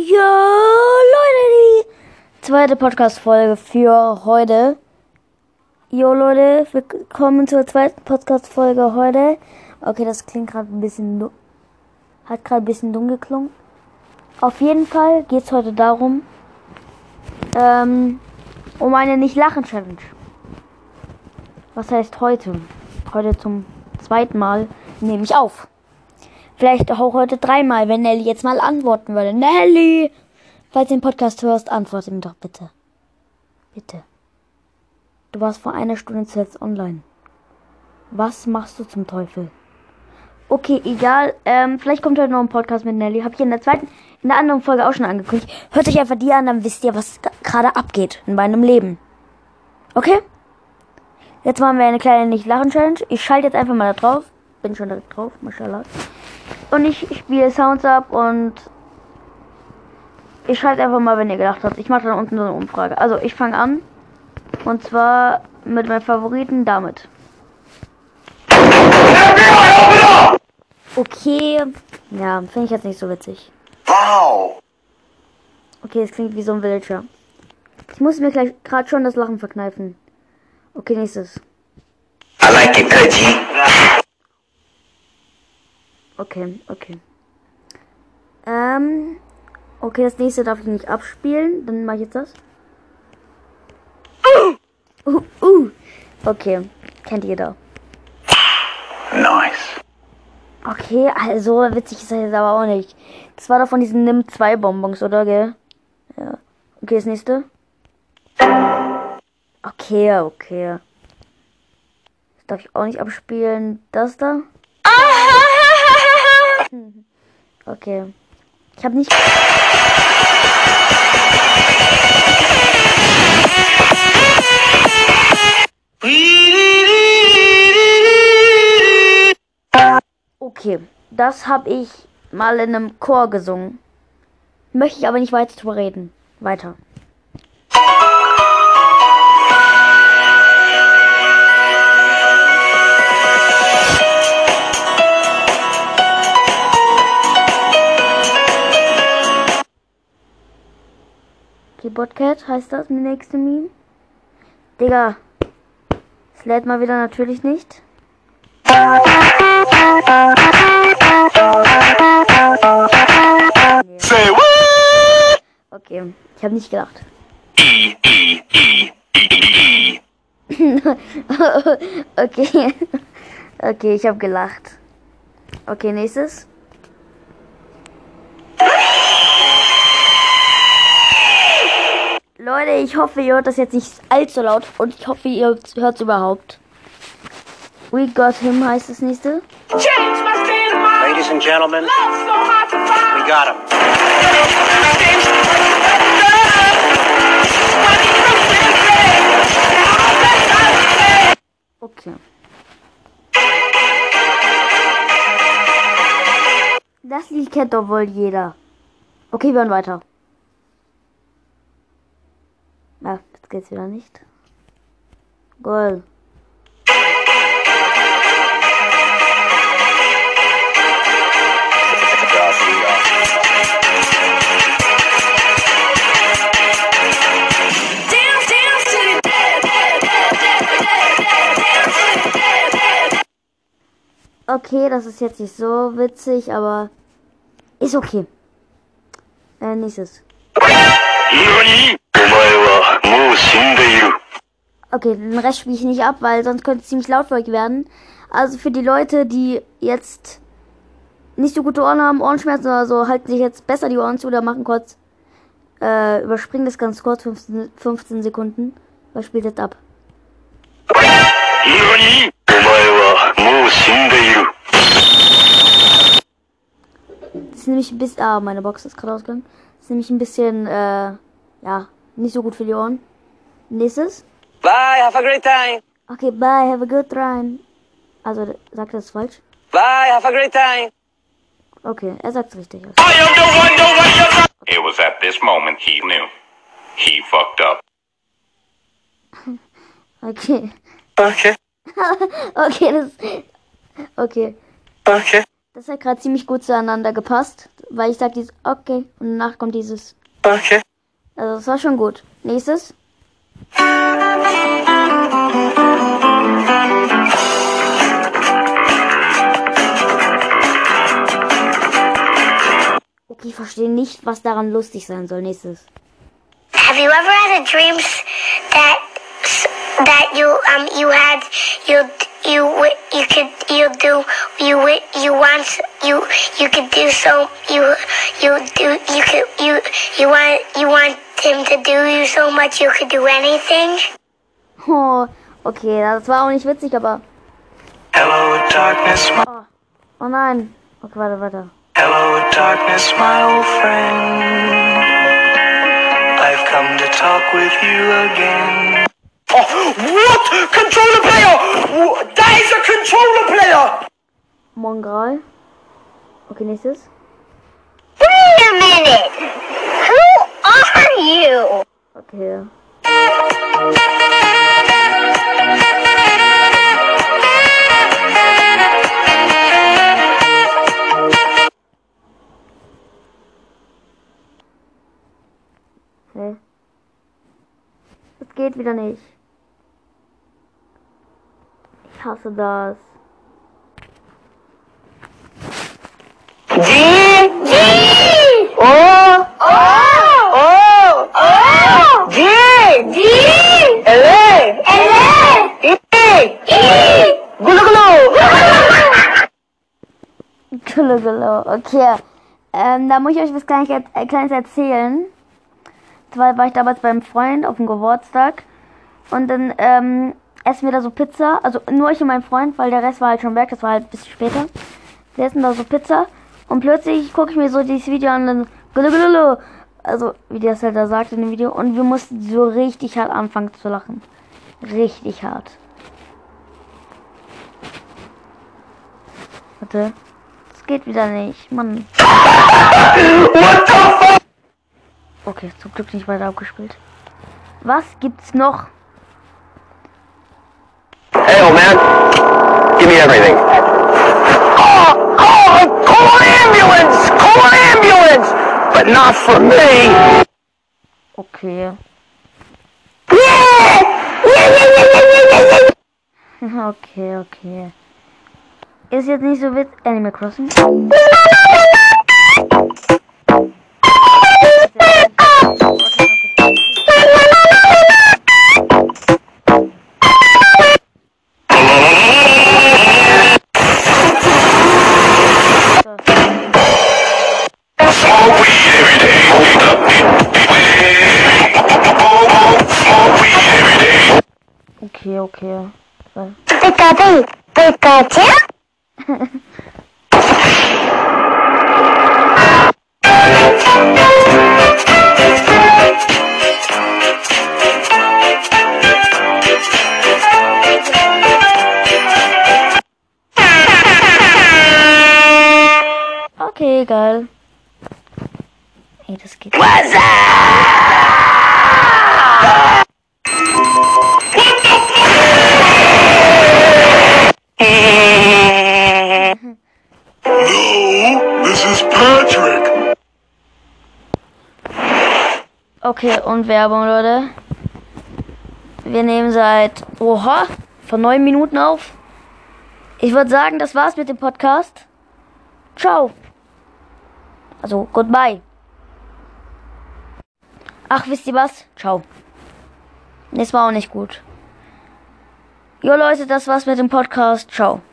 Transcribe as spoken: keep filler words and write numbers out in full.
Jo, Leute, die zweite Podcast-Folge für heute. Jo, Leute, willkommen zur zweiten Podcast-Folge heute. Okay, das klingt gerade ein bisschen, hat gerade ein bisschen dumm geklungen. Auf jeden Fall geht es heute darum, ähm, um eine Nicht-Lachen-Challenge. Was heißt heute? Heute zum zweiten Mal nehme ich auf. Vielleicht auch heute dreimal, wenn Nelly jetzt mal antworten würde. Nelly! Falls du den Podcast hörst, antworte mir doch bitte. Bitte. Du warst vor einer Stunde zuletzt online. Was machst du zum Teufel? Okay, egal. Ähm, vielleicht kommt heute noch ein Podcast mit Nelly. Habe ich in der zweiten, in der anderen Folge auch schon angekündigt. Hört euch einfach die an, dann wisst ihr, was gerade abgeht in meinem Leben. Okay? Jetzt machen wir eine kleine Nicht-Lachen-Challenge. Ich schalte jetzt einfach mal da drauf. Bin schon direkt drauf, mashallah. Und ich, ich spiele Sounds ab und ich schalte einfach mal, wenn ihr gedacht habt. Ich mache dann unten so eine Umfrage. Also ich fange an. Und zwar mit meinem Favoriten damit. Okay. Ja, finde ich jetzt nicht so witzig. Wow. Okay, es klingt wie so ein Villager. Ich muss mir gleich gerade schon das Lachen verkneifen. Okay, nächstes. I like it, Reggie. Okay, okay. Ähm, okay, das nächste darf ich nicht abspielen. Dann mache ich jetzt das. Uh, uh. Okay, kennt jeder. Nice. Okay, also witzig ist das jetzt aber auch nicht. Das war doch von diesen Nimm zwei Bonbons, oder, gell? Ja. Okay, das nächste. Okay, okay. Das darf ich auch nicht abspielen. Das da. Okay. Ich habe nicht... Okay, das habe ich mal in einem Chor gesungen. Möchte ich aber nicht weiter drüber reden. Weiter. Keyboardcat heißt das, mein nächste Meme. Digga, es lädt mal wieder natürlich nicht. Say what? Okay, ich habe nicht gelacht. E, E, E, E, E. Okay. Okay, ich habe gelacht. Okay, nächstes. Leute, ich hoffe, ihr hört das jetzt nicht allzu laut und ich hoffe, ihr hört es überhaupt. We Got Him heißt das nächste. Ladies and gentlemen, we got him. Okay. Das Lied kennt doch wohl jeder. Okay, wir hören weiter. Ja, jetzt geht's wieder nicht. Goal. Okay, das ist jetzt nicht so witzig, aber ist okay. Äh, nächstes. Okay, den Rest spiele ich nicht ab, weil sonst könnte es ziemlich laut für euch werden. Also für die Leute, die jetzt nicht so gute Ohren haben, Ohrenschmerzen oder so, halten sich jetzt besser die Ohren zu oder machen kurz, äh, überspringen das ganz kurz, fünfzehn, fünfzehn Sekunden. Was spielt jetzt ab? Das ist nämlich ein bisschen, ah, meine Box ist gerade ausgegangen. Das ist nämlich ein bisschen, äh, ja, nicht so gut für die Ohren. Nächstes. Bye, have a great time. Okay, bye, have a good time. Also, sagt er das falsch? Bye, have a great time. Okay, er sagt es richtig. It was at this moment he knew. He fucked up. Okay. Okay, Okay, das, okay. okay. Das hat gerade ziemlich gut zueinander gepasst, weil ich sag dieses okay und danach kommt dieses. Okay. Also das war schon gut. Nächstes. Okay, ich verstehe nicht, was daran lustig sein soll. Nächstes. Have you ever had a dream that that you um you had you you you could you do you you want you you could do so you you do you could you you want you want him to do you so much you could do anything? Oh, okay, das war auch nicht witzig, aber. Hello, darkness, my, Oh, oh nein. Okay, warte, warte. hello, darkness, my old friend. I've come to talk with you again. Oh, what? Controller player! Wh- That is a controller player! Mongral. Okay, nächstes. Wait a minute. Who are you? Okay. Hä? Das geht wieder nicht. Ich hasse das. G G O O O O G G L L E E Gulu Gulu. Gullo, gullo. Okay. Ähm, da muss ich euch was Kleines, äh, Kleines erzählen. Zwar war ich damals beim Freund auf dem Geburtstag. Und dann ähm, essen wir da so Pizza. Also nur ich und mein Freund, weil der Rest war halt schon weg. Das war halt ein bisschen später. Wir essen da so Pizza. Und plötzlich gucke ich mir so dieses Video an. Und dann gullo, gullo. Also wie der es halt da sagt in dem Video. Und wir mussten so richtig hart anfangen zu lachen. Richtig hart. Warte. Das geht wieder nicht. Mann. Okay, zum Glück nicht weiter abgespielt. Was gibt's noch? Hey, old man. Give me everything. Oh, oh, call an ambulance! Call an ambulance! But not for me! Okay. Okay, okay. Ist jetzt nicht so witzig. Animal Crossing. Okay, okay. Pikachu, Pikachu. Okay, geil. Hey, das geht. This is Patrick. Okay, und Werbung, Leute. Wir nehmen seit, oha, von neun Minuten auf. Ich würde sagen, das war's mit dem Podcast. Ciao. Also, goodbye. Ach, wisst ihr was? Ciao. Das war auch nicht gut. Jo, Leute, das war's mit dem Podcast. Ciao.